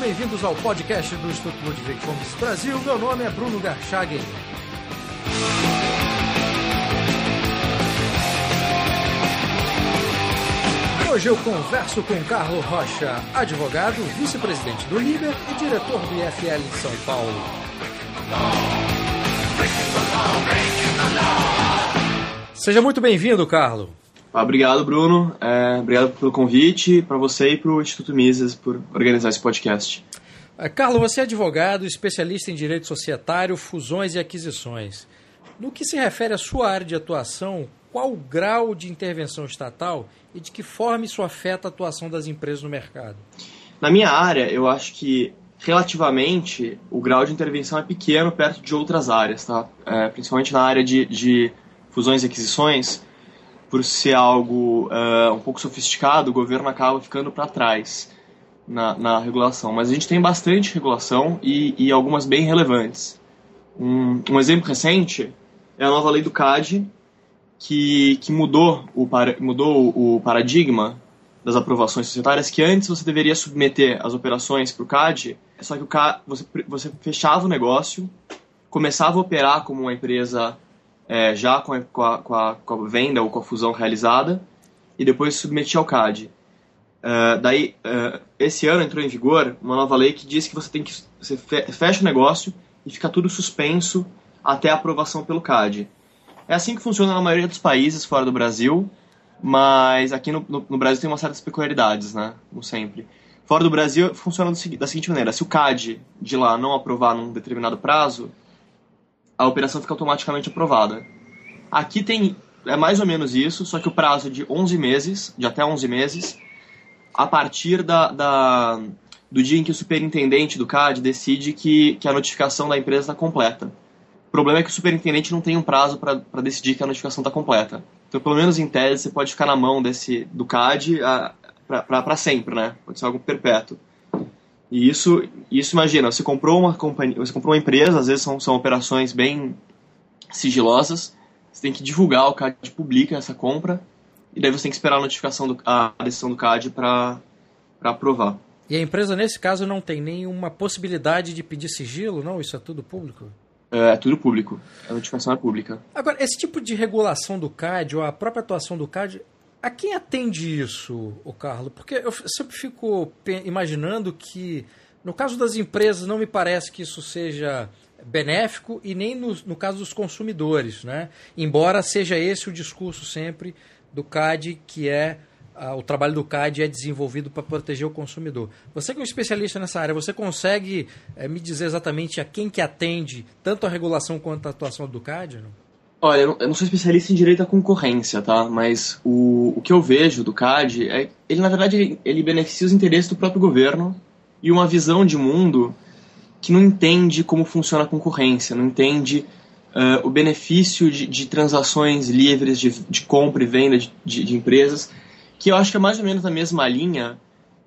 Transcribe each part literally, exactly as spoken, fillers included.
bem-vindos ao podcast do Instituto Ludwig Fomes Brasil. Meu nome é Bruno Garchagen. Hoje eu converso com Carlo Rocha, advogado, vice-presidente do Liber e diretor do I F L em São Paulo. Seja muito bem-vindo, Carlo. Obrigado, Bruno. É, obrigado pelo convite, para você e para o Instituto Mises por organizar esse podcast. Carlo, você é advogado, especialista em direito societário, fusões e aquisições. No que se refere à sua área de atuação, qual o grau de intervenção estatal e de que forma isso afeta a atuação das empresas no mercado? Na minha área, eu acho que, relativamente, o grau de intervenção é pequeno perto de outras áreas, tá? É, principalmente na área de, de fusões e aquisições. Por ser algo uh, um pouco sofisticado, o governo acaba ficando para trás na, na regulação. Mas a gente tem bastante regulação e, e algumas bem relevantes. Um, um exemplo recente é a nova lei do C A D, que, que mudou, o, mudou o paradigma das aprovações societárias, que antes você deveria submeter as operações para o C A D, só que o C A D, você, você fechava o negócio, começava a operar como uma empresa... É, já com a, com, a, com, a, com a venda ou com a fusão realizada, e depois submetia ao C A D. Uh, daí, uh, esse ano entrou em vigor uma nova lei que diz que você tem que você fecha o negócio e fica tudo suspenso até a aprovação pelo C A D. É assim que funciona na maioria dos países fora do Brasil, mas aqui no, no, no Brasil tem umas certas peculiaridades, né? Como sempre. Fora do Brasil funciona da seguinte maneira: se o C A D de lá não aprovar num determinado prazo, a operação fica automaticamente aprovada. Aqui tem, é mais ou menos isso, só que o prazo é de onze meses, de até onze meses, a partir da, da, do dia em que o superintendente do C A D decide que, que a notificação da empresa está completa. O problema é que o superintendente não tem um prazo para decidir que a notificação está completa. Então, pelo menos em tese, você pode ficar na mão desse, do C A D para sempre, né? Pode ser algo perpétuo. E isso, isso imagina, você comprou uma companhia, você comprou uma empresa, às vezes são, são operações bem sigilosas, você tem que divulgar, o C A D publica essa compra, e daí você tem que esperar a notificação, do, a decisão do C A D para aprovar. E a empresa, nesse caso, não tem nenhuma possibilidade de pedir sigilo, não? Isso é tudo público? É, é tudo público, a notificação é pública. Agora, esse tipo de regulação do C A D, ou a própria atuação do C A D, a quem atende isso, o Carlo? Porque eu sempre fico imaginando que, no caso das empresas, não me parece que isso seja benéfico e nem no, no caso dos consumidores, né? Embora seja esse o discurso sempre do C A D, que é uh, o trabalho do C A D é desenvolvido para proteger o consumidor. Você que é um especialista nessa área, você consegue uh, me dizer exatamente a quem que atende tanto a regulação quanto a atuação do C A D? Não? Olha, eu não sou especialista em direito à concorrência, tá? Mas o, o que eu vejo do C A D é ele, na verdade, ele, ele beneficia os interesses do próprio governo e uma visão de mundo que não entende como funciona a concorrência, não entende uh, o benefício de, de transações livres, de, de compra e venda de, de, de empresas, que eu acho que é mais ou menos na mesma linha.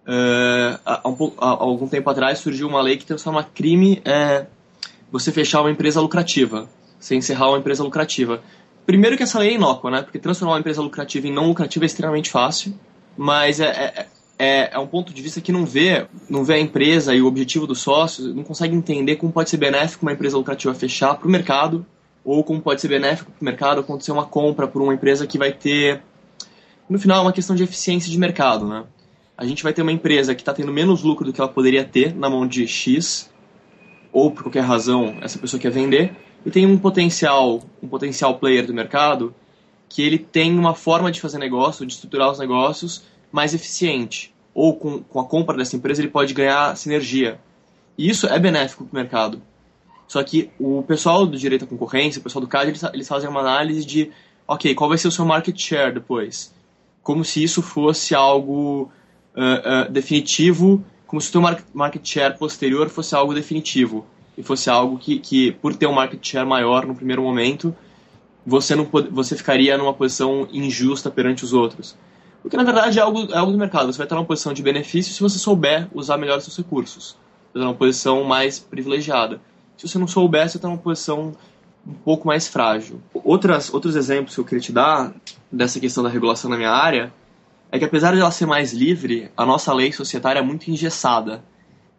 Uh, há, um, há algum tempo atrás surgiu uma lei que transforma crime é, você fechar uma empresa lucrativa. Você encerrar uma empresa lucrativa. Primeiro que essa lei é inócua, né? Porque transformar uma empresa lucrativa em não lucrativa é extremamente fácil, mas é, é, é um ponto de vista que não vê, não vê a empresa e o objetivo dos sócios, não consegue entender como pode ser benéfico uma empresa lucrativa fechar para o mercado, ou como pode ser benéfico para o mercado acontecer uma compra por uma empresa que vai ter... No final, é uma questão de eficiência de mercado, né? A gente vai ter uma empresa que está tendo menos lucro do que ela poderia ter na mão de X, ou por qualquer razão essa pessoa quer vender, e tem um potencial, um potencial player do mercado que ele tem uma forma de fazer negócio, de estruturar os negócios mais eficiente. Ou com, com a compra dessa empresa ele pode ganhar sinergia. E isso é benéfico para o mercado. Só que o pessoal do direito à concorrência, o pessoal do C A D, eles, eles fazem uma análise de, ok, qual vai ser o seu market share depois? Como se isso fosse algo uh, uh, definitivo, como se o seu market share posterior fosse algo definitivo. E fosse algo que, que, por ter um market share maior no primeiro momento, você, não pode, você ficaria numa posição injusta perante os outros. Porque, na verdade, é algo, é algo do mercado. Você vai estar numa posição de benefício se você souber usar melhor os seus recursos. Você vai estar numa posição mais privilegiada. Se você não souber, você está numa posição um pouco mais frágil. Outras, outros exemplos que eu queria te dar dessa questão da regulação na minha área é que, apesar de ela ser mais livre, a nossa lei societária é muito engessada.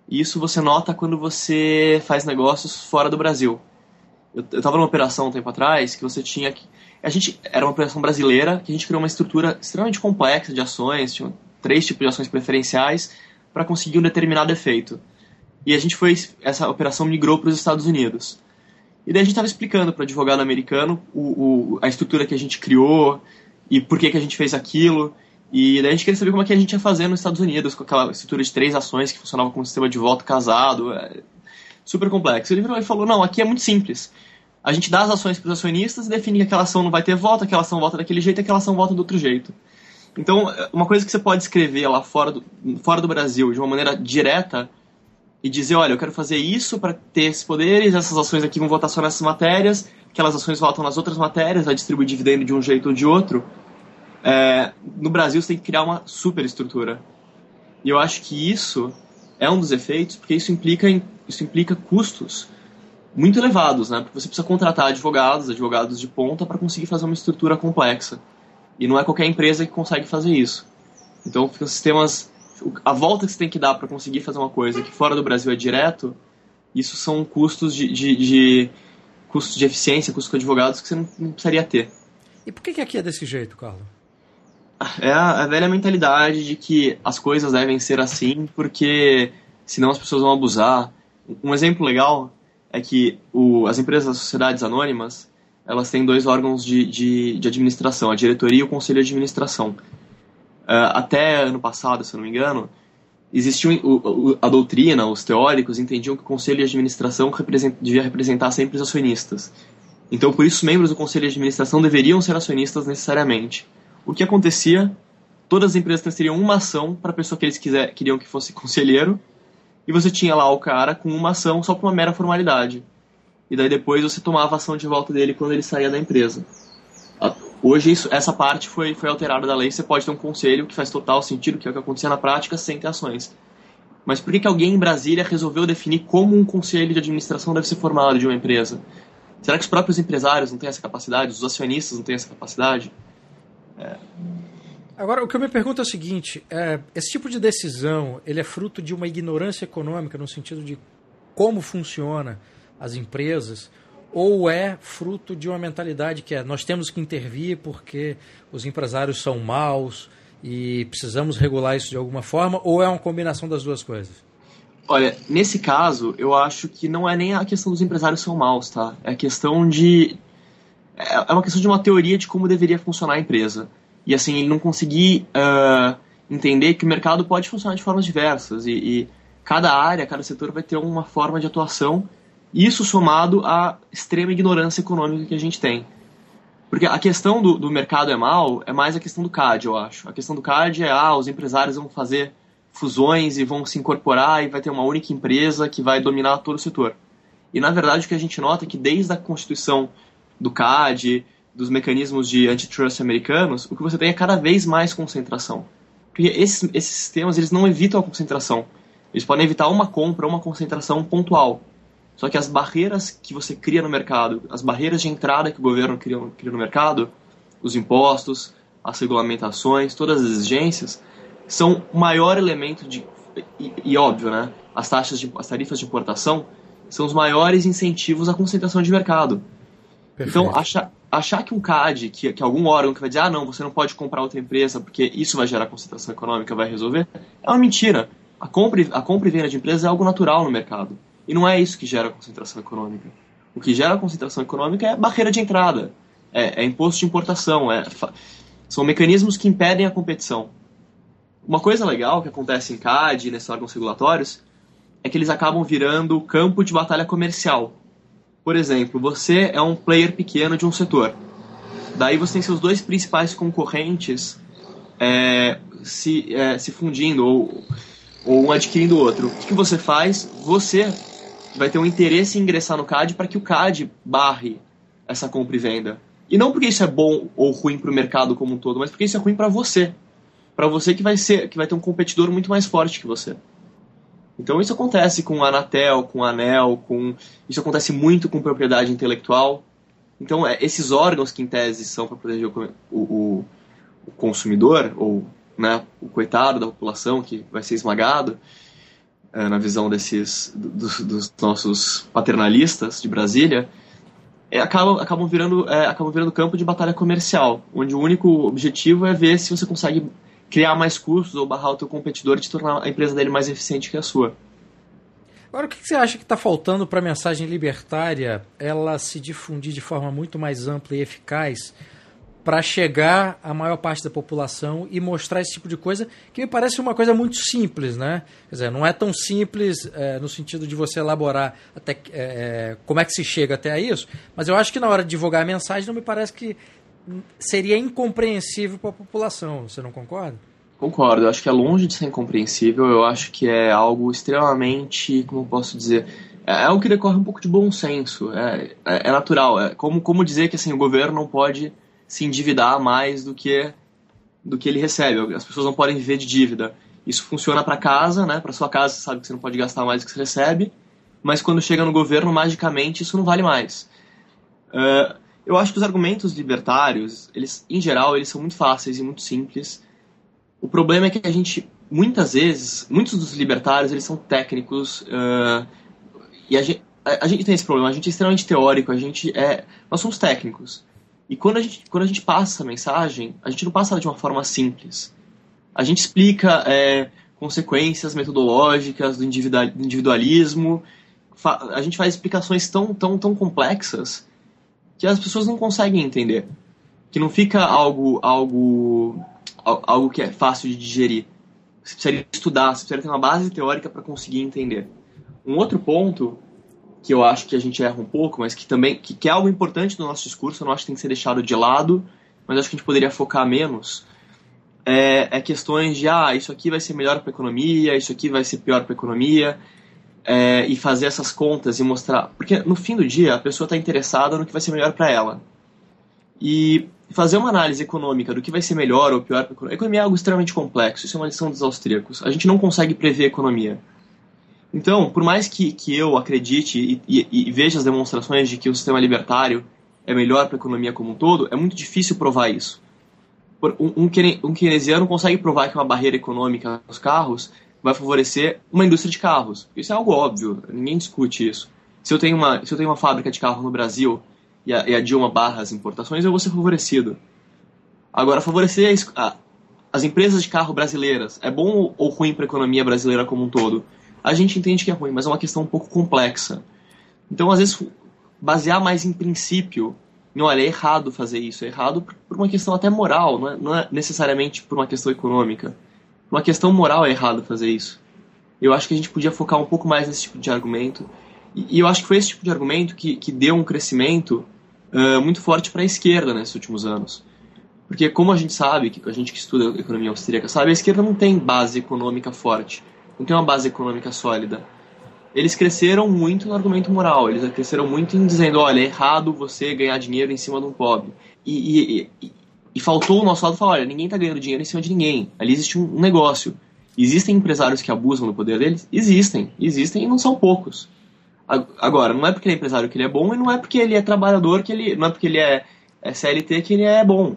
E isso você nota quando você faz negócios fora do Brasil. Eu estava numa operação um tempo atrás que você tinha que... A gente era uma operação brasileira que a gente criou uma estrutura extremamente complexa de ações, tinha três tipos de ações preferenciais para conseguir um determinado efeito. E a gente foi... Essa operação migrou para os Estados Unidos. E daí a gente estava explicando para o advogado americano o, o, a estrutura que a gente criou e por que, que a gente fez aquilo. E daí a gente queria saber como é que a gente ia fazer nos Estados Unidos com aquela estrutura de três ações que funcionava com um sistema de voto casado. É super complexo. Ele virou e falou, não, aqui é muito simples. A gente dá as ações para os acionistas e define que aquela ação não vai ter voto, aquela ação vota daquele jeito e aquela ação vota do outro jeito. Então, uma coisa que você pode escrever lá fora do, fora do Brasil de uma maneira direta e dizer, olha, eu quero fazer isso para ter esses poderes, essas ações aqui vão votar só nessas matérias, aquelas ações votam nas outras matérias, vai distribuir dividendo de um jeito ou de outro. É, no Brasil você tem que criar uma super estrutura. E eu acho que isso é um dos efeitos, porque isso implica, em, isso implica custos muito elevados, né? Porque você precisa contratar advogados, advogados de ponta, para conseguir fazer uma estrutura complexa. E não é qualquer empresa que consegue fazer isso. Então, ficam sistemas... A volta que você tem que dar para conseguir fazer uma coisa que fora do Brasil é direto, isso são custos de, de, de custos de eficiência, custos com advogados que você não, não precisaria ter. E por que, que aqui é desse jeito, Carlos? É a, a velha mentalidade de que as coisas devem ser assim porque senão as pessoas vão abusar. Um exemplo legal é que o, as empresas das sociedades anônimas, elas têm dois órgãos de, de, de administração, a diretoria e o conselho de administração. Uh, até ano passado, se eu não me engano, existia o, o, a doutrina, os teóricos entendiam que o conselho de administração represent, devia representar sempre os acionistas. Então, por isso, os membros do conselho de administração deveriam ser acionistas necessariamente. O que acontecia? Todas as empresas transferiam uma ação para a pessoa que eles quiser, queriam que fosse conselheiro, e você tinha lá o cara com uma ação só por uma mera formalidade. E daí depois você tomava a ação de volta dele quando ele saía da empresa. Hoje isso, essa parte foi, foi alterada da lei, você pode ter um conselho que faz total sentido, que é o que acontecia na prática, sem ter ações. Mas por que, que alguém em Brasília resolveu definir como um conselho de administração deve ser formado de uma empresa? Será que os próprios empresários não têm essa capacidade? Os acionistas não têm essa capacidade? É... Agora, o que eu me pergunto é o seguinte, é, esse tipo de decisão, ele é fruto de uma ignorância econômica no sentido de como funciona as empresas, ou é fruto de uma mentalidade que é nós temos que intervir porque os empresários são maus e precisamos regular isso de alguma forma, ou é uma combinação das duas coisas? Olha, nesse caso, eu acho que não é nem a questão dos empresários são maus, tá? É a questão de... É uma questão de uma teoria de como deveria funcionar a empresa. E assim, ele não conseguir uh, entender que o mercado pode funcionar de formas diversas e, e cada área, cada setor vai ter uma forma de atuação. Isso somado à extrema ignorância econômica que a gente tem. Porque a questão do, do mercado é mal é mais a questão do C A D, eu acho. A questão do C A D é, ah, os empresários vão fazer fusões e vão se incorporar e vai ter uma única empresa que vai dominar todo o setor. E, na verdade, o que a gente nota é que desde a constituição do C A D, dos mecanismos de antitrust americanos, o que você tem é cada vez mais concentração. Porque esses, esses sistemas eles não evitam a concentração. Eles podem evitar uma compra ou uma concentração pontual. Só que as barreiras que você cria no mercado, as barreiras de entrada que o governo cria, cria no mercado, os impostos, as regulamentações, todas as exigências, são o maior elemento de... E, e óbvio, né? As, taxas de, as tarifas de importação são os maiores incentivos à concentração de mercado. Perfeito. Então, achar, achar que um C A D, que, que algum órgão que vai dizer ah, não, você não pode comprar outra empresa porque isso vai gerar concentração econômica, vai resolver, é uma mentira. A compra, a compra e venda de empresas é algo natural no mercado. E não é isso que gera concentração econômica. O que gera concentração econômica é barreira de entrada, é, é imposto de importação, é, são mecanismos que impedem a competição. Uma coisa legal que acontece em C A D e nesses órgãos regulatórios é que eles acabam virando campo de batalha comercial. Por exemplo, você é um player pequeno de um setor. Daí você tem seus dois principais concorrentes é, se, é, se fundindo ou, ou um adquirindo o outro. O que, que você faz? Você vai ter um interesse em ingressar no C A D para que o C A D barre essa compra e venda. E não porque isso é bom ou ruim para o mercado como um todo, mas porque isso é ruim para você. Para você que vai, ser, que vai ter um competidor muito mais forte que você. Então isso acontece com a Anatel, com a ANEEL, com... isso acontece muito com propriedade intelectual. Então é, esses órgãos que em tese são para proteger o, o, o consumidor, ou né, o coitado da população que vai ser esmagado, na visão desses dos, dos nossos paternalistas de Brasília, é, acabam, acabam, virando, é, acabam virando campo de batalha comercial, onde o único objetivo é ver se você consegue criar mais custos ou barrar o teu competidor e te tornar a empresa dele mais eficiente que a sua. Agora, o que você acha que está faltando para a mensagem libertária ela se difundir de forma muito mais ampla e eficaz para chegar à maior parte da população e mostrar esse tipo de coisa, que me parece uma coisa muito simples, né? Quer dizer, não é tão simples é, no sentido de você elaborar até é, como é que se chega até a isso, mas eu acho que na hora de divulgar a mensagem não me parece que seria incompreensível para a população. Você não concorda? Concordo, eu acho que é longe de ser incompreensível, eu acho que é algo extremamente, como eu posso dizer, é algo que decorre um pouco de bom senso, é, é, é natural, é como, como dizer que assim, o governo não pode se endividar mais do que, do que ele recebe, as pessoas não podem viver de dívida. Isso funciona para casa, né? Para sua casa você sabe que você não pode gastar mais do que você recebe, mas quando chega no governo, magicamente, isso não vale mais. Uh, eu acho que os argumentos libertários, eles, em geral, eles são muito fáceis e muito simples. O problema é que a gente, muitas vezes, muitos dos libertários, eles são técnicos, uh, e a gente, a, a gente tem esse problema, a gente é extremamente teórico, a gente é, nós somos técnicos. E quando a gente, quando a gente passa a mensagem, a gente não passa ela de uma forma simples. A gente explica é, consequências metodológicas do individualismo, fa, a gente faz explicações tão, tão, tão complexas que as pessoas não conseguem entender. Que não fica algo... algo algo que é fácil de digerir. Você precisaria estudar, você precisaria ter uma base teórica para conseguir entender. Um outro ponto que eu acho que a gente erra um pouco, mas que também que, que é algo importante do nosso discurso, eu não acho que tem que ser deixado de lado, mas acho que a gente poderia focar menos, é, é questões de, ah, isso aqui vai ser melhor para a economia, isso aqui vai ser pior para a economia, é, e fazer essas contas e mostrar... Porque no fim do dia, a pessoa está interessada no que vai ser melhor para ela. E fazer uma análise econômica do que vai ser melhor ou pior para a economia. A economia é algo extremamente complexo, isso é uma lição dos austríacos. A gente não consegue prever a economia. Então, por mais que, que eu acredite e, e, e veja as demonstrações de que o sistema libertário é melhor para a economia como um todo, é muito difícil provar isso. Um, um, um keynesiano consegue provar que uma barreira econômica nos carros vai favorecer uma indústria de carros. Isso é algo óbvio, ninguém discute isso. Se eu tenho uma, se eu tenho uma fábrica de carro no Brasil e a, e a Dilma barra as importações, eu vou ser favorecido. Agora, favorecer a, as empresas de carro brasileiras é bom ou ruim para a economia brasileira como um todo? A gente entende que é ruim, mas é uma questão um pouco complexa. Então, às vezes, basear mais em princípio, não, olha, é errado fazer isso, é errado por uma questão até moral, não é, não é necessariamente por uma questão econômica. Por uma questão moral é errado fazer isso. Eu acho que a gente podia focar um pouco mais nesse tipo de argumento. E, e eu acho que foi esse tipo de argumento que, que deu um crescimento uh, muito forte para a esquerda nesses últimos anos. Porque, como a gente sabe, que a gente que estuda economia austríaca sabe, a esquerda não tem base econômica forte, não tem uma base econômica sólida. Eles cresceram muito no argumento moral, eles cresceram muito em dizendo, olha, é errado você ganhar dinheiro em cima de um pobre. E, e, e, e faltou o nosso lado falar, olha, ninguém está ganhando dinheiro em cima de ninguém, ali existe um, um negócio. Existem empresários que abusam do poder deles? Existem, existem e não são poucos. Agora, não é porque ele é empresário que ele é bom e não é porque ele é trabalhador, que ele, não é porque ele é, é C L T que ele é bom.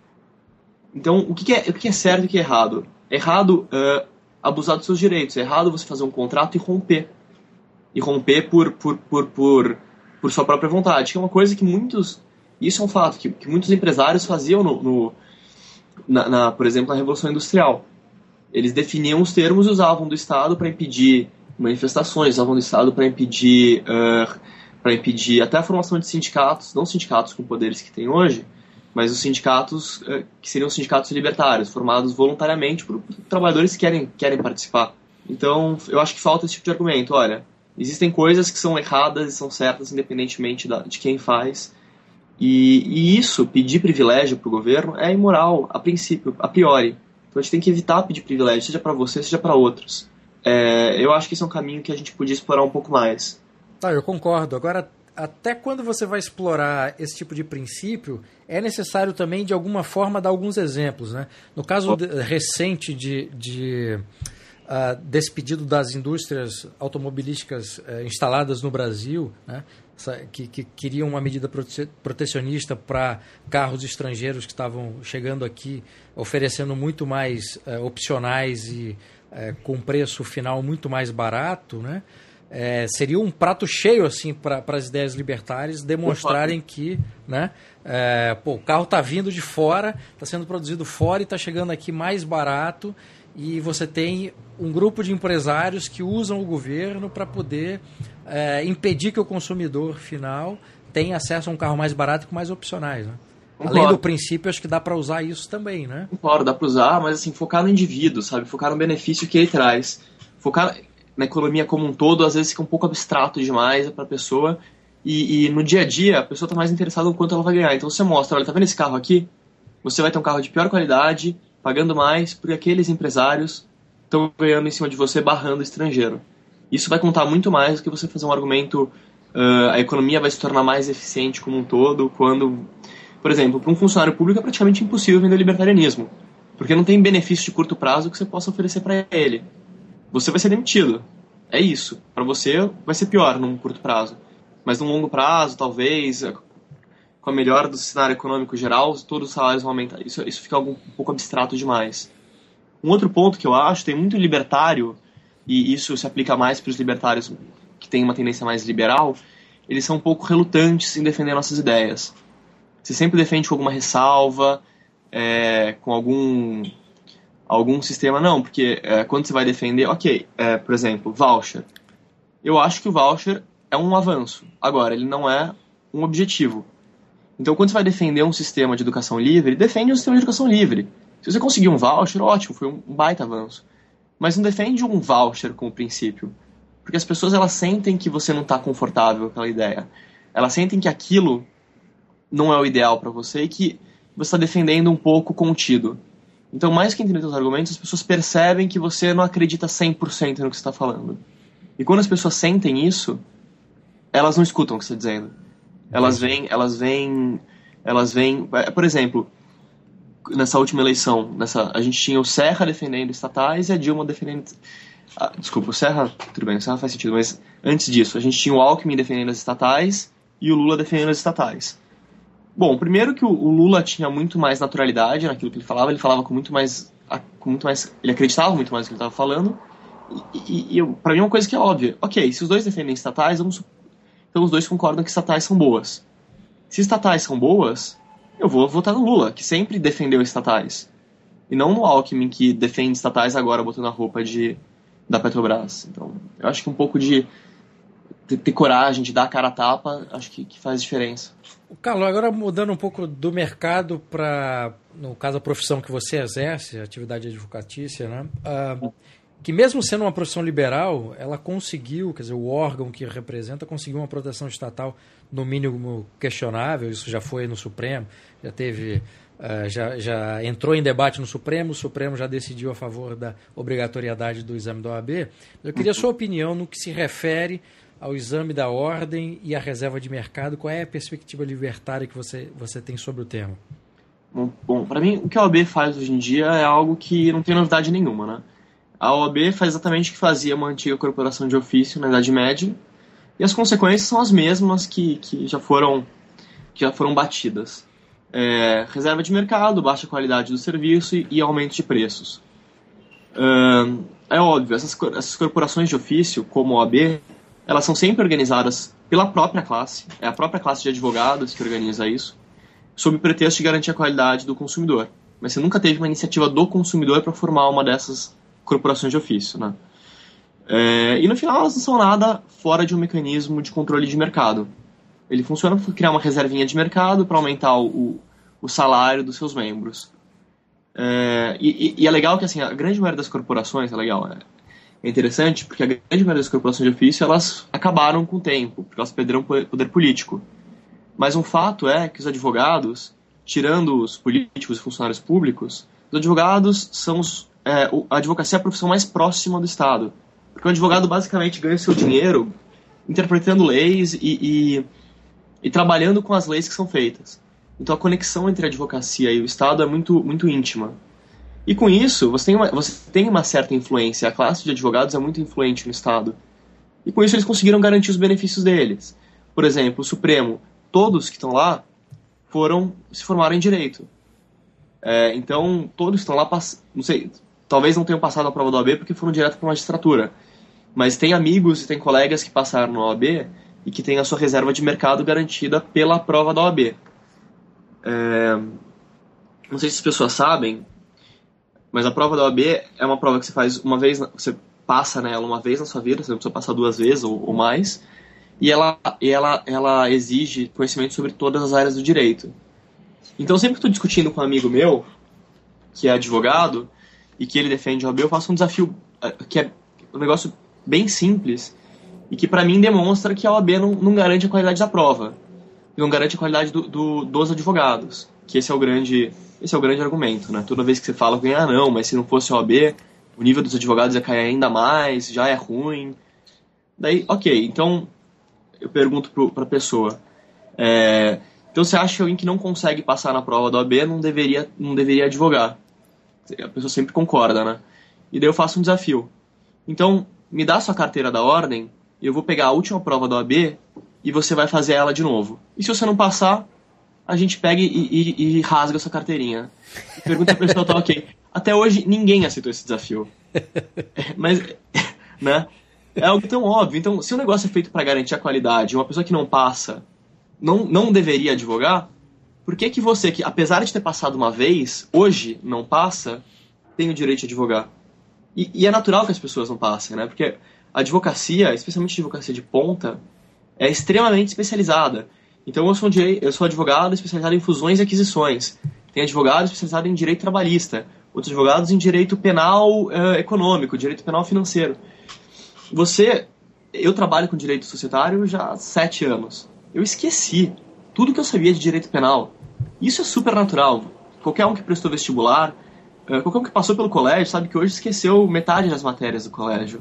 Então, o que, que, é, o que é certo e o que é errado? É errado uh, abusar dos seus direitos, é errado você fazer um contrato e romper. E romper por, por, por, por, por sua própria vontade, que é uma coisa que muitos... Isso é um fato, que, que muitos empresários faziam, no, no, na, na, por exemplo, na Revolução Industrial. Eles definiam os termos e usavam do Estado para impedir manifestações, usavam do Estado para impedir, uh, para impedir até a formação de sindicatos, não sindicatos com poderes que tem hoje, mas os sindicatos uh, que seriam sindicatos libertários, formados voluntariamente por, por trabalhadores que querem, querem participar. Então, eu acho que falta esse tipo de argumento. Olha, existem coisas que são erradas e são certas independentemente da, de quem faz, e, e isso, pedir privilégio para o governo, é imoral, a princípio, a priori. Então a gente tem que evitar pedir privilégio, seja para você, seja para outros. É, eu acho que esse é um caminho que a gente podia explorar um pouco mais. Tá, eu concordo. Agora, até quando você vai explorar esse tipo de princípio, é necessário também, de alguma forma, dar alguns exemplos, né? No caso de, recente de, de, uh, desse pedido das indústrias automobilísticas uh, instaladas no Brasil, né? Que, que queriam uma medida prote- protecionista para carros estrangeiros que estavam chegando aqui, oferecendo muito mais uh, opcionais e é, com preço final muito mais barato, né? É, seria um prato cheio assim para as ideias libertárias demonstrarem que, né, é, pô, o carro está vindo de fora, está sendo produzido fora e está chegando aqui mais barato, e você tem um grupo de empresários que usam o governo para poder é, impedir que o consumidor final tenha acesso a um carro mais barato e com mais opcionais, né? Além do princípio, acho que dá para usar isso também, né? Concordo, dá para usar, mas assim, focar no indivíduo, sabe? Focar no benefício que ele traz. Focar na economia como um todo, às vezes fica um pouco abstrato demais para a pessoa, e, e no dia a dia a pessoa está mais interessada no quanto ela vai ganhar. Então você mostra, olha, tá vendo esse carro aqui? Você vai ter um carro de pior qualidade, pagando mais, porque aqueles empresários estão ganhando em cima de você, barrando o estrangeiro. Isso vai contar muito mais do que você fazer um argumento, uh, a economia vai se tornar mais eficiente como um todo, quando, por exemplo, para um funcionário público é praticamente impossível vender libertarianismo, porque não tem benefício de curto prazo que você possa oferecer para ele. Você vai ser demitido. É isso. Para você vai ser pior num curto prazo. Mas num longo prazo, talvez, com a melhora do cenário econômico geral, todos os salários vão aumentar. Isso, isso fica algo um pouco abstrato demais. Um outro ponto que eu acho, tem muito libertário, e isso se aplica mais para os libertários que têm uma tendência mais liberal, eles são um pouco relutantes em defender nossas ideias. Você sempre defende com alguma ressalva, é, com algum... algum sistema, não, porque é, quando você vai defender, ok, é, por exemplo, voucher. Eu acho que o voucher é um avanço. Agora, ele não é um objetivo. Então, quando você vai defender um sistema de educação livre, defende um sistema de educação livre. Se você conseguir um voucher, ótimo, foi um baita avanço. Mas não defende um voucher como princípio. Porque as pessoas, elas sentem que você não está confortável com aquela ideia. Elas sentem que aquilo não é o ideal para você e que você está defendendo um pouco contido. Então, mais que entender os argumentos, as pessoas percebem que você não acredita cem por cento no que você está falando. E quando as pessoas sentem isso, elas não escutam o que você está dizendo. Elas vêm, elas vêm, elas vêm... Por exemplo, nessa última eleição, nessa, a gente tinha o Serra defendendo estatais e a Dilma defendendo... Ah, desculpa, o Serra... Tudo bem, o Serra faz sentido, mas antes disso, a gente tinha o Alckmin defendendo as estatais e o Lula defendendo as estatais. Bom, primeiro que o Lula tinha muito mais naturalidade naquilo que ele falava, ele falava com muito mais, com muito mais ele acreditava muito mais no que ele estava falando, e, e, e para mim é uma coisa que é óbvia. Ok, se os dois defendem estatais, vamos, então os dois concordam que estatais são boas. Se estatais são boas, eu vou votar no Lula, que sempre defendeu estatais, e não no Alckmin, que defende estatais agora botando a roupa de, da Petrobras. Então, eu acho que um pouco de ter, ter coragem, de dar a cara a tapa, acho que, que faz diferença. Carlos, agora mudando um pouco do mercado para, no caso, a profissão que você exerce, a atividade advocatícia, né? Uh, que mesmo sendo uma profissão liberal, ela conseguiu, quer dizer, o órgão que representa conseguiu uma proteção estatal no mínimo questionável, isso já foi no Supremo, já teve, uh, já, já entrou em debate no Supremo, o Supremo já decidiu a favor da obrigatoriedade do exame da O A B. Eu queria a sua opinião no que se refere ao exame da ordem e à reserva de mercado. Qual é a perspectiva libertária que você, você tem sobre o tema? Bom, bom para mim, o que a O A B faz hoje em dia é algo que não tem novidade nenhuma, né? A O A B faz exatamente o que fazia uma antiga corporação de ofício na Idade Média, e as consequências são as mesmas que, que, já, foram, que já foram batidas. É, reserva de mercado, baixa qualidade do serviço e, e aumento de preços. É, é óbvio, essas, essas corporações de ofício, como a O A B, elas são sempre organizadas pela própria classe, é a própria classe de advogados que organiza isso, sob pretexto de garantir a qualidade do consumidor. Mas você nunca teve uma iniciativa do consumidor para formar uma dessas corporações de ofício, né? É, e no final elas não são nada fora de um mecanismo de controle de mercado. Ele funciona para criar uma reservinha de mercado para aumentar o, o salário dos seus membros. É, e, e é legal que assim, a grande maioria das corporações, é legal, é, É interessante porque a grande maioria das corporações de ofício elas acabaram com o tempo, porque elas perderam poder político. Mas um fato é que os advogados, tirando os políticos e funcionários públicos, os advogados são os, é, a advocacia é a profissão mais próxima do Estado. Porque o advogado basicamente ganha seu dinheiro interpretando leis e, e, e trabalhando com as leis que são feitas. Então a conexão entre a advocacia e o Estado é muito, muito íntima. E com isso, você tem, uma, você tem uma certa influência. A classe de advogados é muito influente no Estado. E com isso eles conseguiram garantir os benefícios deles. Por exemplo, o Supremo, todos que estão lá foram, se formaram em Direito. É, então, todos estão lá, não sei, talvez não tenham passado a prova da O A B porque foram direto para a magistratura. Mas tem amigos e tem colegas que passaram na O A B e que têm a sua reserva de mercado garantida pela prova da O A B. É... Não sei se as pessoas sabem, mas a prova da O A B é uma prova que você faz uma vez, você passa nela uma vez na sua vida, você não precisa passar duas vezes ou, ou mais, e, ela, e ela, ela exige conhecimento sobre todas as áreas do direito. Então, sempre que estou discutindo com um amigo meu, que é advogado, e que ele defende a O A B, eu faço um desafio que é um negócio bem simples, e que para mim demonstra que a O A B não, não garante a qualidade da prova, não garante a qualidade do, do, dos advogados, que esse é o grande, esse é o grande argumento, né? Toda vez que você fala, ah, não, mas se não fosse a O A B, o nível dos advogados ia cair ainda mais, já é ruim. Daí, ok, então eu pergunto para a pessoa, é, então você acha que alguém que não consegue passar na prova da O A B não deveria, não deveria advogar? A pessoa sempre concorda, né? E daí eu faço um desafio. Então, me dá sua carteira da ordem, eu vou pegar a última prova da O A B e você vai fazer ela de novo. E se você não passar, a gente pega e, e, e rasga sua carteirinha. E pergunta pra pessoa, tá ok. Até hoje, ninguém aceitou esse desafio. Mas, né? É algo tão óbvio. Então, se o negócio é feito para garantir a qualidade, uma pessoa que não passa não, não deveria advogar, por que que você, que apesar de ter passado uma vez, hoje não passa, tem o direito de advogar? E, e é natural que as pessoas não passem, né? Porque a advocacia, especialmente a advocacia de ponta, é extremamente especializada. Então eu sou, um direi- eu sou advogado especializado em fusões e aquisições. Tem advogado especializado em direito trabalhista. Outros advogados em direito penal uh, econômico, direito penal financeiro. Você... Eu trabalho com direito societário já há sete anos. Eu esqueci tudo que eu sabia de direito penal. Isso é super natural. Qualquer um que prestou vestibular, uh, qualquer um que passou pelo colégio, sabe que hoje esqueceu metade das matérias do colégio.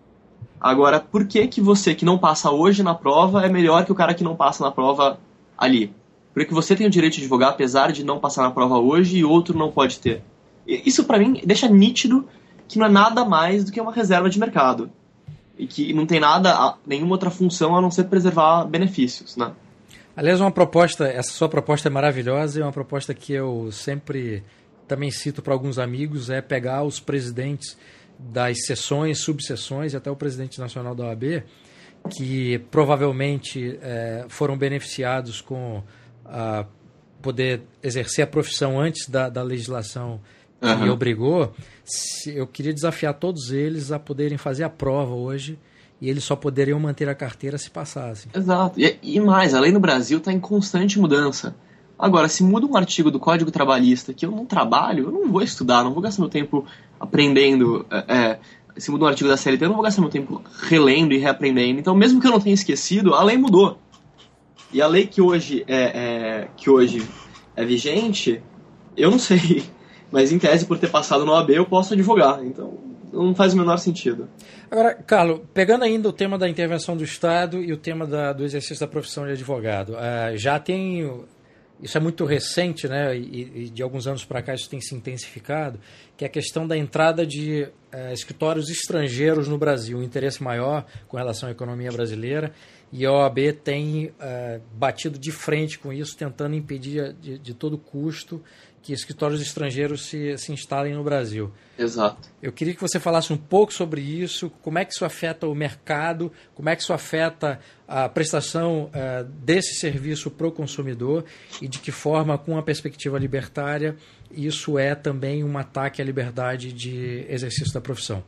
Agora, por que que você que não passa hoje na prova é melhor que o cara que não passa na prova ali? Por que você tem o direito de advogar apesar de não passar na prova hoje e outro não pode ter? Isso, pra mim, deixa nítido que não é nada mais do que uma reserva de mercado. E que não tem nada, nenhuma outra função a não ser preservar benefícios, né? Aliás, uma proposta, essa sua proposta é maravilhosa e é uma proposta que eu sempre também cito para alguns amigos, é pegar os presidentes das seções, subseções e até o presidente nacional da O A B, que provavelmente é, foram beneficiados com a poder exercer a profissão antes da, da legislação que uhum. obrigou. Se, eu queria desafiar todos eles a poderem fazer a prova hoje e eles só poderiam manter a carteira se passassem. Exato. E, e mais, a lei no Brasil está em constante mudança. Agora, se muda um artigo do Código Trabalhista que eu não trabalho, eu não vou estudar, não vou gastar meu tempo aprendendo. É, se muda um artigo da C L T, eu não vou gastar meu tempo relendo e reaprendendo. Então, mesmo que eu não tenha esquecido, a lei mudou. E a lei que hoje é, é, que hoje é vigente, eu não sei. Mas, em tese, por ter passado no O A B, eu posso advogar. Então, não faz o menor sentido. Agora, Carlos, pegando ainda o tema da intervenção do Estado e o tema da, do exercício da profissão de advogado, uh, já tem... Isso é muito recente, né? E, e de alguns anos para cá isso tem se intensificado, que é a questão da entrada de uh, escritórios estrangeiros no Brasil, um interesse maior com relação à economia brasileira, e a O A B tem uh, batido de frente com isso, tentando impedir de, de todo custo que escritórios estrangeiros se, se instalem no Brasil. Exato. Eu queria que você falasse um pouco sobre isso, como é que isso afeta o mercado, como é que isso afeta a prestação uh, desse serviço para o consumidor e de que forma, com a perspectiva libertária, isso é também um ataque à liberdade de exercício da profissão.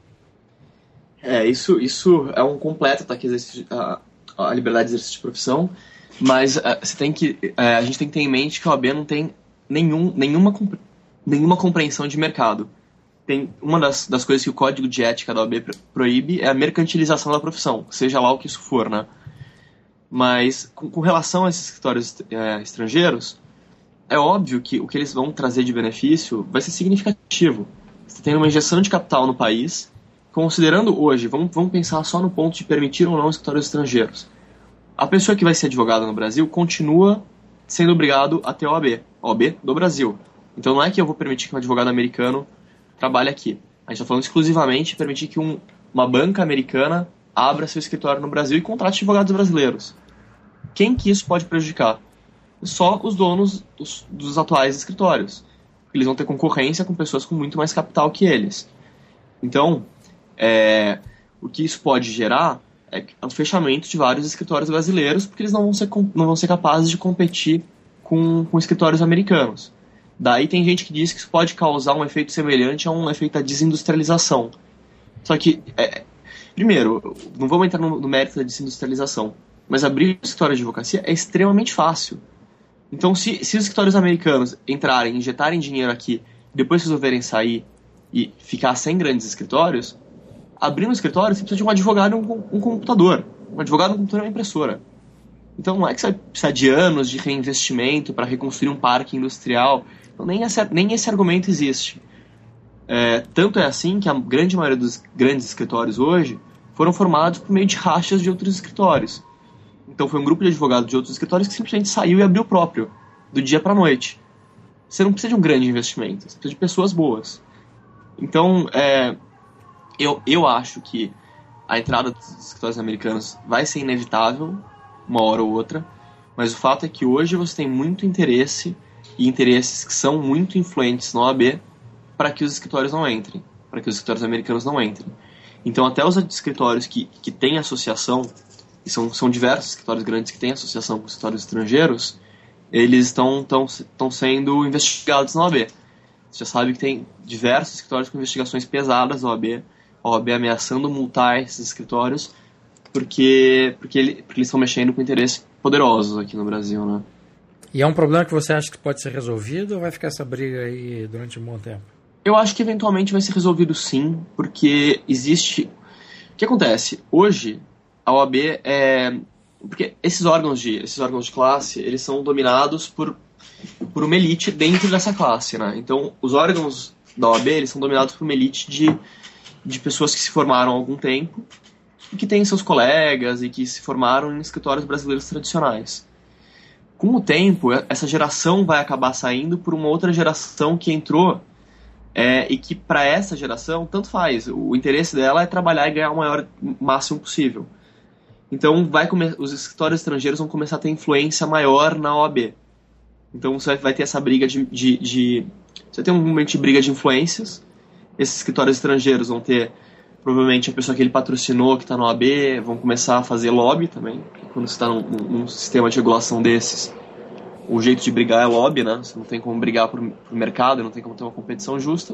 É, isso, isso é um completo ataque à, à liberdade de exercício de profissão, mas uh, você tem que, uh, a gente tem que ter em mente que a O A B não tem nenhum, nenhuma, nenhuma compreensão de mercado. Tem uma das, das coisas que o Código de Ética da O A B proíbe é a mercantilização da profissão, seja lá o que isso for, né? Mas, com, com relação a esses escritórios é, estrangeiros, é óbvio que o que eles vão trazer de benefício vai ser significativo. Você tem uma injeção de capital no país, considerando hoje, vamos, vamos pensar só no ponto de permitir ou não escritórios estrangeiros. A pessoa que vai ser advogada no Brasil continua sendo obrigado a ter a O A B, a O A B do Brasil. Então não é que eu vou permitir que um advogado americano trabalhe aqui. A gente está falando exclusivamente de permitir que um, uma banca americana abra seu escritório no Brasil e contrate advogados brasileiros. Quem que isso pode prejudicar? Só os donos dos, dos atuais escritórios. Eles vão ter concorrência com pessoas com muito mais capital que eles. Então, é, o que isso pode gerar é o fechamento de vários escritórios brasileiros, porque eles não vão ser, não vão ser capazes de competir com, com escritórios americanos. Daí tem gente que diz que isso pode causar um efeito semelhante a um efeito da desindustrialização. Só que, é, primeiro, não vamos entrar no, no mérito da desindustrialização, mas abrir um escritório de advocacia é extremamente fácil. Então, se, se os escritórios americanos entrarem, injetarem dinheiro aqui, depois resolverem sair e ficar sem grandes escritórios, abrir um escritório você precisa de um advogado e um, um computador. Um advogado, um computador e uma impressora. Então não é que você vai precisar de anos de reinvestimento para reconstruir um parque industrial. Então, nem, esse, nem esse argumento existe. É, tanto é assim que a grande maioria dos grandes escritórios hoje foram formados por meio de rachas de outros escritórios. Então foi um grupo de advogados de outros escritórios que simplesmente saiu e abriu o próprio, do dia para a noite. Você não precisa de um grande investimento, você precisa de pessoas boas. Então, é, eu, eu acho que a entrada dos escritórios americanos vai ser inevitável, uma hora ou outra, mas o fato é que hoje você tem muito interesse, e interesses que são muito influentes na O A B, para que os escritórios não entrem, para que os escritórios americanos não entrem. Então, até os escritórios que, que têm associação, e são, são diversos escritórios grandes que têm associação com escritórios estrangeiros, eles estão sendo investigados na O A B. Você já sabe que tem diversos escritórios com investigações pesadas da O A B, a O A B ameaçando multar esses escritórios, porque, porque, ele, porque eles estão mexendo com interesses poderosos aqui no Brasil, né? E é um problema que você acha que pode ser resolvido ou vai ficar essa briga aí durante um bom tempo? Eu acho que eventualmente vai ser resolvido sim, porque existe... O que acontece? Hoje, a O A B é... Porque esses órgãos de, esses órgãos de classe, eles são dominados por, por uma elite dentro dessa classe, né? Então, os órgãos da O A B, eles são dominados por uma elite de, de pessoas que se formaram há algum tempo e que têm seus colegas e que se formaram em escritórios brasileiros tradicionais. Com o tempo, essa geração vai acabar saindo por uma outra geração que entrou é, e que, para essa geração, tanto faz. O interesse dela é trabalhar e ganhar o maior máximo possível. Então, vai come- os escritórios estrangeiros vão começar a ter influência maior na O A B. Então, você vai ter essa briga de... de, de você tem um momento de briga de influências. Esses escritórios estrangeiros vão ter, provavelmente, a pessoa que ele patrocinou, que está na O A B, vão começar a fazer lobby também. Quando você está num, num sistema de regulação desses, o jeito de brigar é lobby, né? Você não tem como brigar por, por mercado, não tem como ter uma competição justa.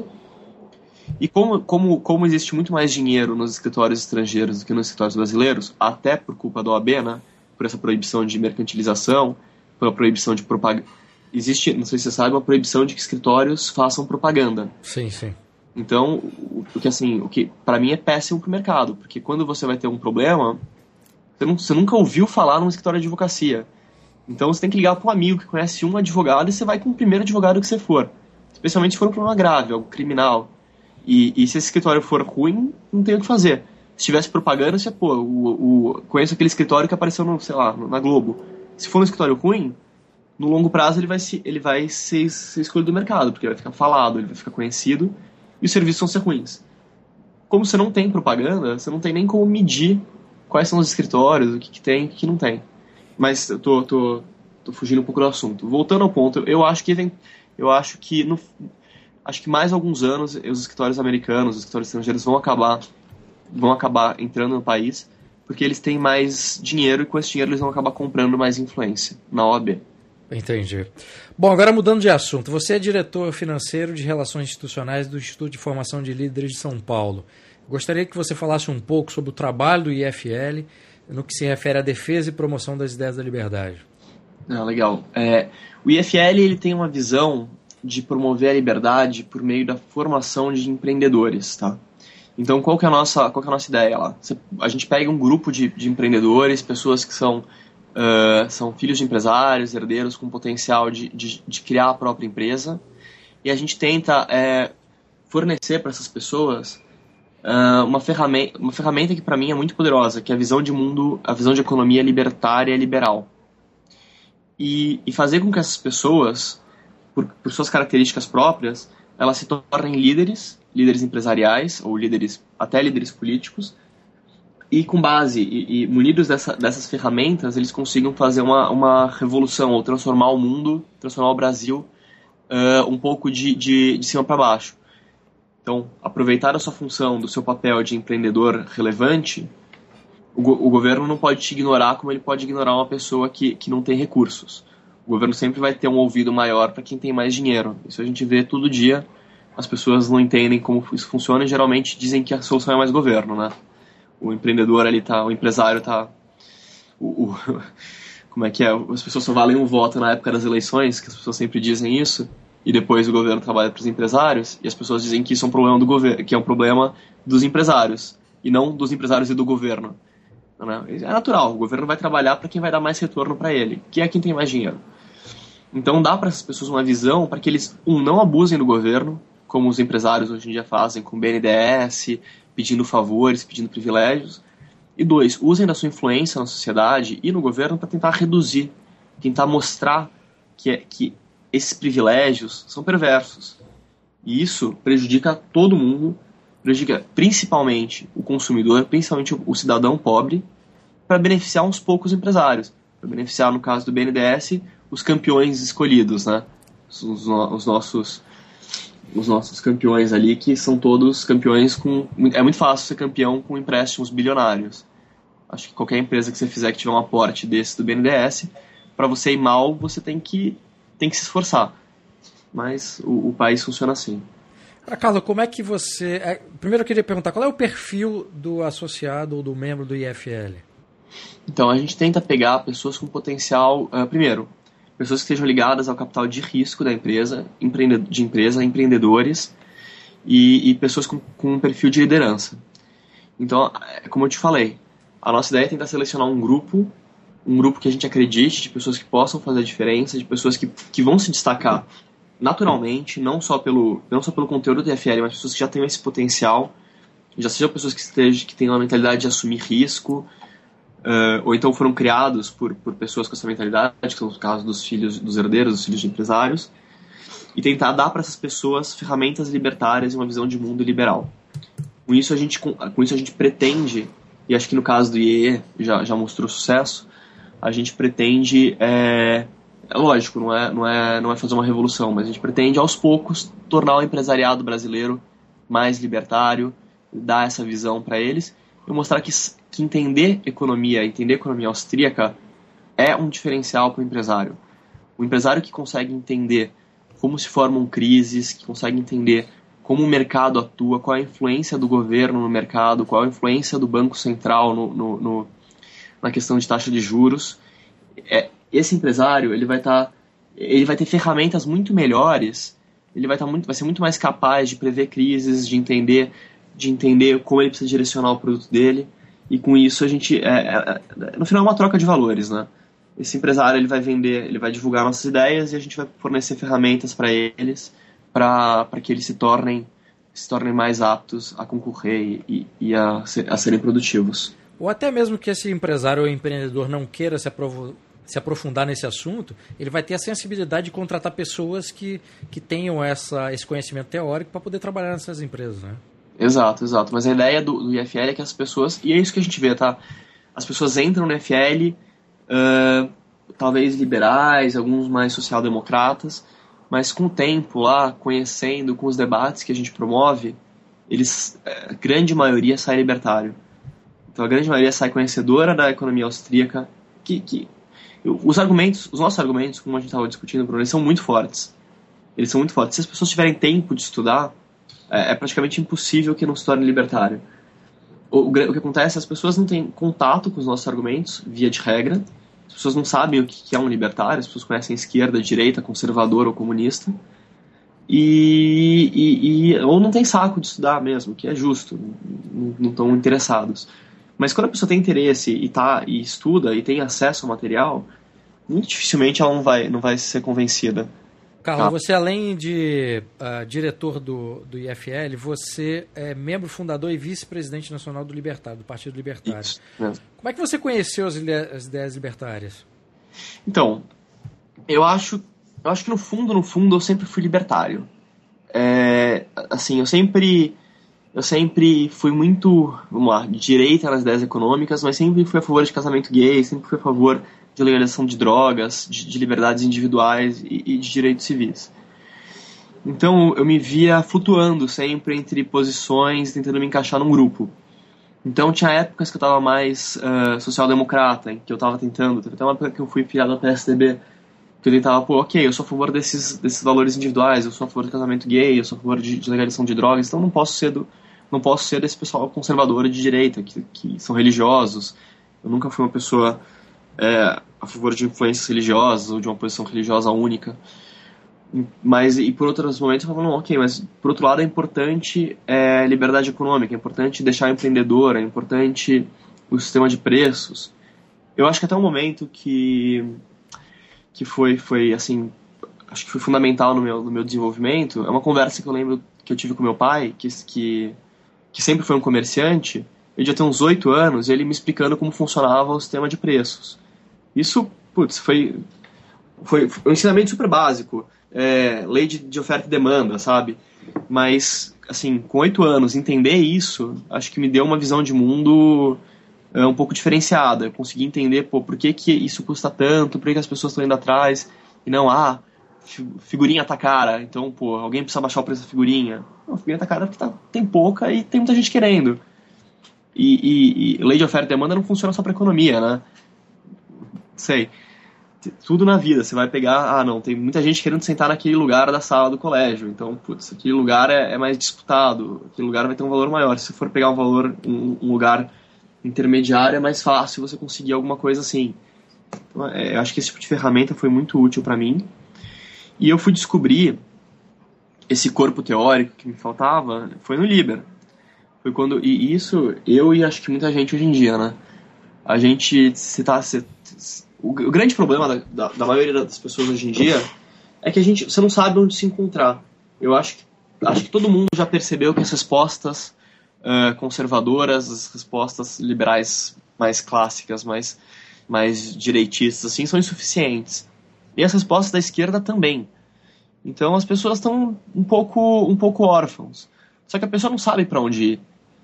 E como, como, como existe muito mais dinheiro nos escritórios estrangeiros do que nos escritórios brasileiros, até por culpa da O A B, né? Por essa proibição de mercantilização, pela proibição de propaganda. Existe, não sei se você sabe, uma proibição de que escritórios façam propaganda. Sim, sim. Então, o, o que assim, o que para mim é péssimo pro mercado, porque quando você vai ter um problema, você, não, você nunca ouviu falar num escritório de advocacia. Então você tem que ligar para um amigo que conhece um advogado e você vai com o primeiro advogado que você for. Especialmente se for um problema grave, algo criminal. E, e se esse escritório for ruim, não tem o que fazer. Se tivesse propaganda, você, pô, o, o, conheço aquele escritório que apareceu, no, sei lá, na Globo. Se for um escritório ruim, no longo prazo ele vai, se, ele vai ser, ser escolhido do mercado, porque ele vai ficar falado, ele vai ficar conhecido, e os serviços vão ser ruins. Como você não tem propaganda, você não tem nem como medir quais são os escritórios, o que, que tem e o que não tem. Mas eu tô, tô, tô fugindo um pouco do assunto. Voltando ao ponto, eu acho que, eu acho que no... Acho que mais alguns anos os escritórios americanos, os escritórios estrangeiros vão acabar, vão acabar entrando no país, porque eles têm mais dinheiro e com esse dinheiro eles vão acabar comprando mais influência na O A B. Entendi. Bom, agora mudando de assunto, você é diretor financeiro de Relações Institucionais do Instituto de Formação de Líderes de São Paulo. Gostaria que você falasse um pouco sobre o trabalho do I F L no que se refere à defesa e promoção das ideias da liberdade. Ah, legal. É, o I F L ele tem uma visão de promover a liberdade por meio da formação de empreendedores, tá? Então, qual que é a nossa, qual que é a nossa ideia lá? A gente pega um grupo de, de empreendedores, pessoas que são, uh, são filhos de empresários, herdeiros com potencial de, de, de criar a própria empresa, e a gente tenta é, fornecer para essas pessoas uh, uma, ferramenta, uma ferramenta que para mim é muito poderosa, que é a visão de mundo, a visão de economia libertária e liberal. E, e fazer com que essas pessoas, Por, por suas características próprias, elas se tornem líderes, líderes empresariais, ou líderes, até líderes políticos, e com base, e, e munidos dessa, dessas ferramentas, eles consigam fazer uma, uma revolução, ou transformar o mundo, transformar o Brasil uh, um pouco de, de, de cima para baixo. Então, aproveitar a sua função, do seu papel de empreendedor relevante, o, go- o governo não pode te ignorar como ele pode ignorar uma pessoa que, que não tem recursos. O governo sempre vai ter um ouvido maior para quem tem mais dinheiro. Isso a gente vê todo dia. As pessoas não entendem como isso funciona e geralmente dizem que a solução é mais governo, né? O empreendedor ali tá, o empresário tá... O, o, como é que é? As pessoas só valem um voto na época das eleições, que as pessoas sempre dizem isso, e depois o governo trabalha para os empresários, e as pessoas dizem que isso é um problema do governo, que é um problema dos empresários, e não dos empresários e do governo. Né? É natural, o governo vai trabalhar para quem vai dar mais retorno para ele, que é quem tem mais dinheiro. Então dá para essas pessoas uma visão para que eles, um, não abusem do governo, como os empresários hoje em dia fazem com o B N D E S, pedindo favores, pedindo privilégios, e dois, usem da sua influência na sociedade e no governo para tentar reduzir, tentar mostrar que, é, que esses privilégios são perversos. E isso prejudica todo mundo, prejudica principalmente o consumidor, principalmente o cidadão pobre, para beneficiar uns poucos empresários. Para beneficiar, no caso do B N D E S, os campeões escolhidos, né? Os, os nossos... os nossos campeões ali, que são todos campeões com... É muito fácil ser campeão com empréstimos bilionários. Acho que qualquer empresa que você fizer que tiver um aporte desse do B N D E S, para você ir mal, você tem que, tem que se esforçar. Mas o, o país funciona assim. Ah, Carlos, como é que você... É, primeiro eu queria perguntar, qual é o perfil do associado ou do membro do I F L? Então, a gente tenta pegar pessoas com potencial... Uh, primeiro, pessoas que estejam ligadas ao capital de risco da empresa, de empresa, empreendedores e, e pessoas com, com um perfil de liderança. Então, como eu te falei, a nossa ideia é tentar selecionar um grupo, um grupo que a gente acredite, de pessoas que possam fazer a diferença, de pessoas que, que vão se destacar naturalmente, não só pelo, não só pelo conteúdo do I F L, mas pessoas que já tenham esse potencial, já sejam pessoas que, estejam, que tenham a mentalidade de assumir risco, Uh, ou então foram criados por, por pessoas com essa mentalidade, que são os casos dos filhos dos herdeiros, dos filhos de empresários, e tentar dar para essas pessoas ferramentas libertárias e uma visão de mundo liberal. Com isso a gente, com, com isso a gente pretende, e acho que no caso do I E E já, já mostrou sucesso, a gente pretende, é, é lógico, não é, não, é, não é fazer uma revolução, mas a gente pretende aos poucos tornar o empresariado brasileiro mais libertário, dar essa visão para eles, e mostrar que, que entender economia, entender economia austríaca é um diferencial para o empresário. O empresário que consegue entender como se formam crises, que consegue entender como o mercado atua, qual é a influência do governo no mercado, qual a influência do Banco Central no, no, no, na questão de taxa de juros. É, esse empresário ele vai, tá, ele vai ter ferramentas muito melhores, ele vai, tá muito, vai ser muito mais capaz de prever crises, de entender... de entender como ele precisa direcionar o produto dele, e com isso a gente, é, é, no final é uma troca de valores, né? Esse empresário ele vai vender, ele vai divulgar nossas ideias e a gente vai fornecer ferramentas para eles, para que eles se tornem, se tornem mais aptos a concorrer e, e a, ser, a serem produtivos. Ou até mesmo que esse empresário ou empreendedor não queira se aprofundar, se aprofundar nesse assunto, ele vai ter a sensibilidade de contratar pessoas que, que tenham essa, esse conhecimento teórico para poder trabalhar nessas empresas, né? Exato, exato. Mas a ideia do, do I F L é que as pessoas... E é isso que a gente vê, tá? As pessoas entram no I F L, uh, talvez liberais, alguns mais social-democratas, mas com o tempo lá, conhecendo, com os debates que a gente promove, eles, a grande maioria sai libertário. Então a grande maioria sai conhecedora da economia austríaca, que... que os argumentos, os nossos argumentos, como a gente estava discutindo, Bruno, eles são muito fortes. Eles são muito fortes. Se as pessoas tiverem tempo de estudar, é praticamente impossível que não se torne libertário. O, o, o que acontece é que as pessoas não têm contato com os nossos argumentos, via de regra. As pessoas não sabem o que é um libertário, as pessoas conhecem esquerda, direita, conservador ou comunista. E, e, e, ou não tem saco de estudar mesmo, que é justo, não estão interessados. Mas quando a pessoa tem interesse e, tá, e estuda e tem acesso ao material, muito dificilmente ela não vai, não vai ser convencida. Carlos, ah. você além de uh, diretor do, do I F L, você é membro fundador e vice-presidente nacional do Libertário, do Partido Libertário. Isso mesmo. Como é que você conheceu as, as ideias libertárias? Então, eu acho, eu acho que no fundo, no fundo, eu sempre fui libertário. É, assim, eu sempre, eu sempre fui muito, vamos lá, de direita nas ideias econômicas, mas sempre fui a favor de casamento gay, sempre fui a favor de legalização de drogas, de, de liberdades individuais e, e de direitos civis. Então eu me via flutuando sempre entre posições, tentando me encaixar num grupo. Então tinha épocas que eu estava mais uh, social-democrata, em que eu estava tentando, teve até uma época que eu fui filiado à P S D B, que eu tentava, pô, ok, eu sou a favor desses, desses valores individuais, eu sou a favor do casamento gay, eu sou a favor de, de legalização de drogas, então não posso ser do, não posso ser desse pessoal conservador de direita, que, que são religiosos. Eu nunca fui uma pessoa é, a favor de influências religiosas ou de uma posição religiosa única. Mas, e por outros momentos eu falo, não, ok, mas por outro lado é importante é, liberdade econômica, é importante deixar empreendedor, é importante o sistema de preços. Eu acho que até o momento que, que foi, foi, assim, acho que foi fundamental no meu, no meu desenvolvimento, é uma conversa que eu lembro que eu tive com meu pai, que, que, que sempre foi um comerciante. Ele já tem uns oito anos, e ele me explicando como funcionava o sistema de preços. Isso, putz, foi, foi, foi um ensinamento super básico. É, lei de, de oferta e demanda, sabe? Mas, assim, com oito anos, entender isso, acho que me deu uma visão de mundo é, um pouco diferenciada. Eu consegui entender, pô, por que, que isso custa tanto, por que, que as pessoas estão indo atrás, e não, ah, figurinha tá cara, então, pô, alguém precisa baixar o preço da figurinha. Não, a figurinha tá cara porque tá, tem pouca e tem muita gente querendo. E, e, e lei de oferta e demanda não funciona só pra economia, né? Sei. Tudo na vida, você vai pegar, ah não, tem muita gente querendo sentar naquele lugar da sala do colégio, então, putz, aquele lugar é, é mais disputado, aquele lugar vai ter um valor maior. Se for pegar um valor, um, um lugar intermediário, é mais fácil você conseguir alguma coisa assim. Então, é, eu acho que esse tipo de ferramenta foi muito útil para mim, e eu fui descobrir esse corpo teórico que me faltava, foi no Liber. Foi quando, e isso, eu e acho que muita gente hoje em dia, né, a gente, se tá, se, O, o grande problema da, da, da maioria das pessoas hoje em dia é que a gente, você não sabe onde se encontrar. Eu acho que, acho que todo mundo já percebeu que as respostas uh, conservadoras, as respostas liberais mais clássicas, mais, mais direitistas, assim, são insuficientes. E as respostas da esquerda também. Então as pessoas estão um pouco, um pouco órfãos. Só que a pessoa não sabe para onde ir.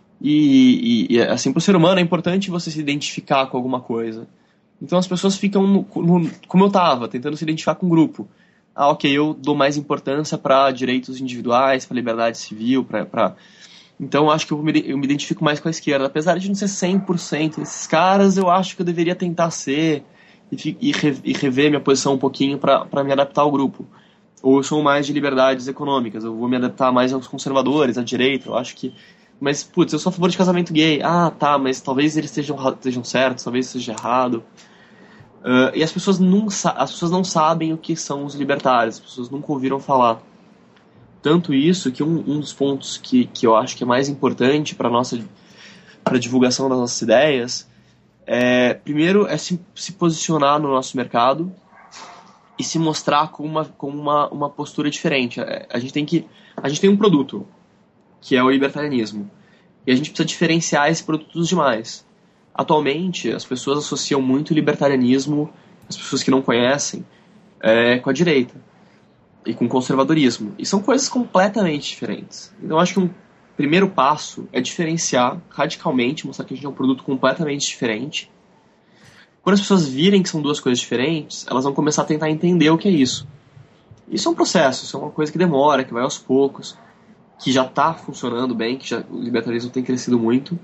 E, e, e assim, para o ser humano é importante você se identificar com alguma coisa. Então as pessoas ficam, no, no, como eu estava, tentando se identificar com um grupo. Ah, ok, eu dou mais importância para direitos individuais, para liberdade civil, para... Então eu acho que eu me, eu me identifico mais com a esquerda. Apesar de não ser cem por cento desses caras, eu acho que eu deveria tentar ser e, e, re, e rever minha posição um pouquinho para me adaptar ao grupo. Ou eu sou mais de liberdades econômicas, eu vou me adaptar mais aos conservadores, à direita, eu acho que... Mas, putz, eu sou a favor de casamento gay. Ah, tá, mas talvez eles estejam, estejam certos, talvez seja errado. Uh, e as pessoas, não, as pessoas não sabem o que são os libertários, as pessoas nunca ouviram falar. Tanto isso que um, um dos pontos que, que eu acho que é mais importante para a divulgação das nossas ideias é, primeiro, é se, se posicionar no nosso mercado e se mostrar com uma, com uma, uma postura diferente. A, a, gente tem que, a gente tem um produto, que é o libertarianismo, e a gente precisa diferenciar esse produto dos demais. Atualmente, as pessoas associam muito o libertarianismo, as pessoas que não conhecem, é, com a direita e com o conservadorismo. E são coisas completamente diferentes. Então, eu acho que um primeiro passo é diferenciar radicalmente, mostrar que a gente é um produto completamente diferente. Quando as pessoas virem que são duas coisas diferentes, elas vão começar a tentar entender o que é isso. Isso é um processo, isso é uma coisa que demora, que vai aos poucos, que já está funcionando bem, que já, o libertarismo tem crescido muito.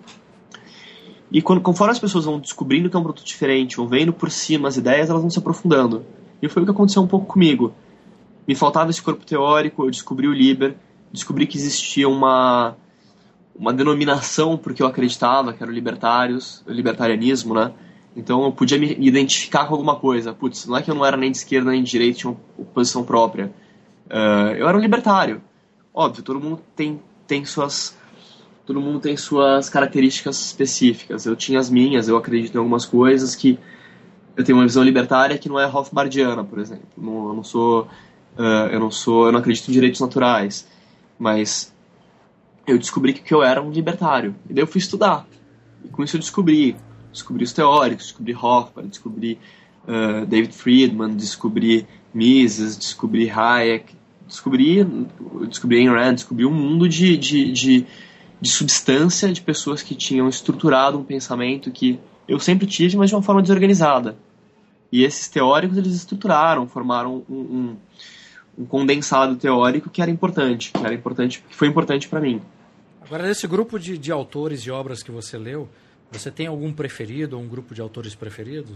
E quando, conforme as pessoas vão descobrindo que é um produto diferente, vão vendo por cima as ideias, elas vão se aprofundando. E foi o que aconteceu um pouco comigo. Me faltava esse corpo teórico, eu descobri o Liber, descobri que existia uma, uma denominação porque eu acreditava, que era o libertários, o libertarianismo, né? Então eu podia me identificar com alguma coisa. Putz, não é que eu não era nem de esquerda nem de direita, tinha uma posição própria. Uh, eu era um libertário. Óbvio, todo mundo tem, tem suas... Todo mundo tem suas características específicas. Eu tinha as minhas, eu acredito em algumas coisas que... Eu tenho uma visão libertária que não é Rothbardiana, por exemplo. Não, eu não sou... Uh, eu não sou... Eu não acredito em direitos naturais. Mas eu descobri que eu era um libertário. E daí eu fui estudar. E com isso eu descobri. Descobri os teóricos, descobri Rothbard, descobri uh, David Friedman, descobri Mises, descobri Hayek. Descobri... Descobri Ayn Rand, descobri um mundo de... de, de de substância de pessoas que tinham estruturado um pensamento que eu sempre tive, mas de uma forma desorganizada. E esses teóricos, eles estruturaram, formaram um, um, um condensado teórico que era importante, que era importante, que foi importante para mim. Agora, nesse grupo de, de autores e obras que você leu, você tem algum preferido, ou um grupo de autores preferidos?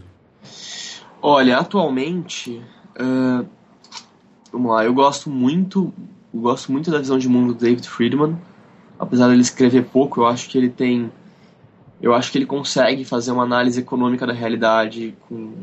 Olha, atualmente, uh, vamos lá, eu gosto muito, eu gosto muito da visão de mundo do David Friedman. Apesar dele escrever pouco, eu acho que ele tem, eu acho que ele consegue fazer uma análise econômica da realidade com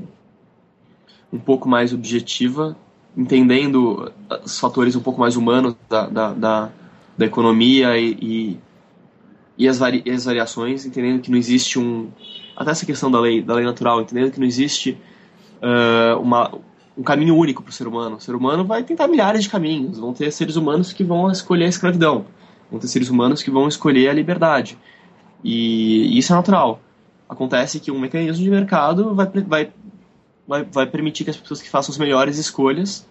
um pouco mais objetiva, entendendo os fatores um pouco mais humanos da, da, da, da economia e, e, e, as vari, e as variações, entendendo que não existe um, até essa questão da lei, da lei natural, entendendo que não existe uh, uma, um caminho único para o ser humano. O ser humano vai tentar milhares de caminhos, vão ter seres humanos que vão escolher a escravidão, vão ter seres humanos que vão escolher a liberdade, e, e isso é natural. Acontece que um mecanismo de mercado vai, vai Vai, vai permitir que as pessoas que façam as melhores escolhas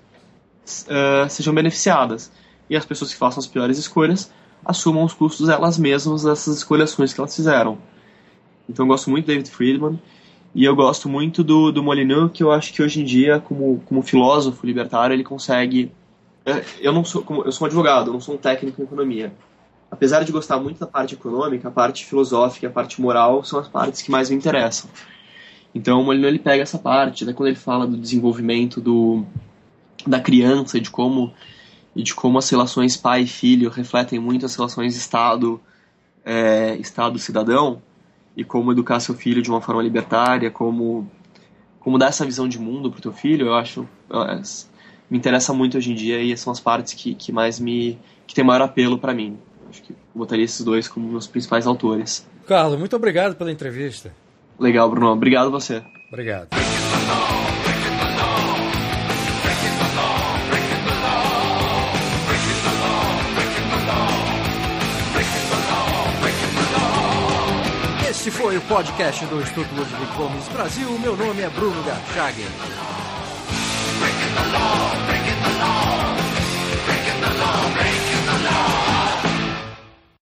uh, sejam beneficiadas. E as pessoas que façam as piores escolhas assumam os custos elas mesmas dessas escolhas que elas fizeram. Então eu gosto muito do David Friedman. E eu gosto muito do, do Molyneux, que eu acho que hoje em dia, como, como filósofo libertário, ele consegue... Eu, não sou, como, eu sou um advogado, eu não sou um técnico em economia. Apesar de gostar muito da parte econômica, a parte filosófica e a parte moral são as partes que mais me interessam. Então o Molyneux ele pega essa parte, até quando ele fala do desenvolvimento do, da criança e de como, e de como as relações pai e filho refletem muito as relações Estado, é, Estado-cidadão, e como educar seu filho de uma forma libertária, como, como dar essa visão de mundo para o teu filho, eu acho, é, me interessa muito hoje em dia, e são as partes que, que mais me, que tem maior apelo para mim. Acho que eu botaria esses dois como meus principais autores. Carlos, muito obrigado pela entrevista. Legal, Bruno. Obrigado a você. Obrigado. Esse foi o podcast do Instituto Ludwig Fomes Brasil. Meu nome é Bruno Garchagen.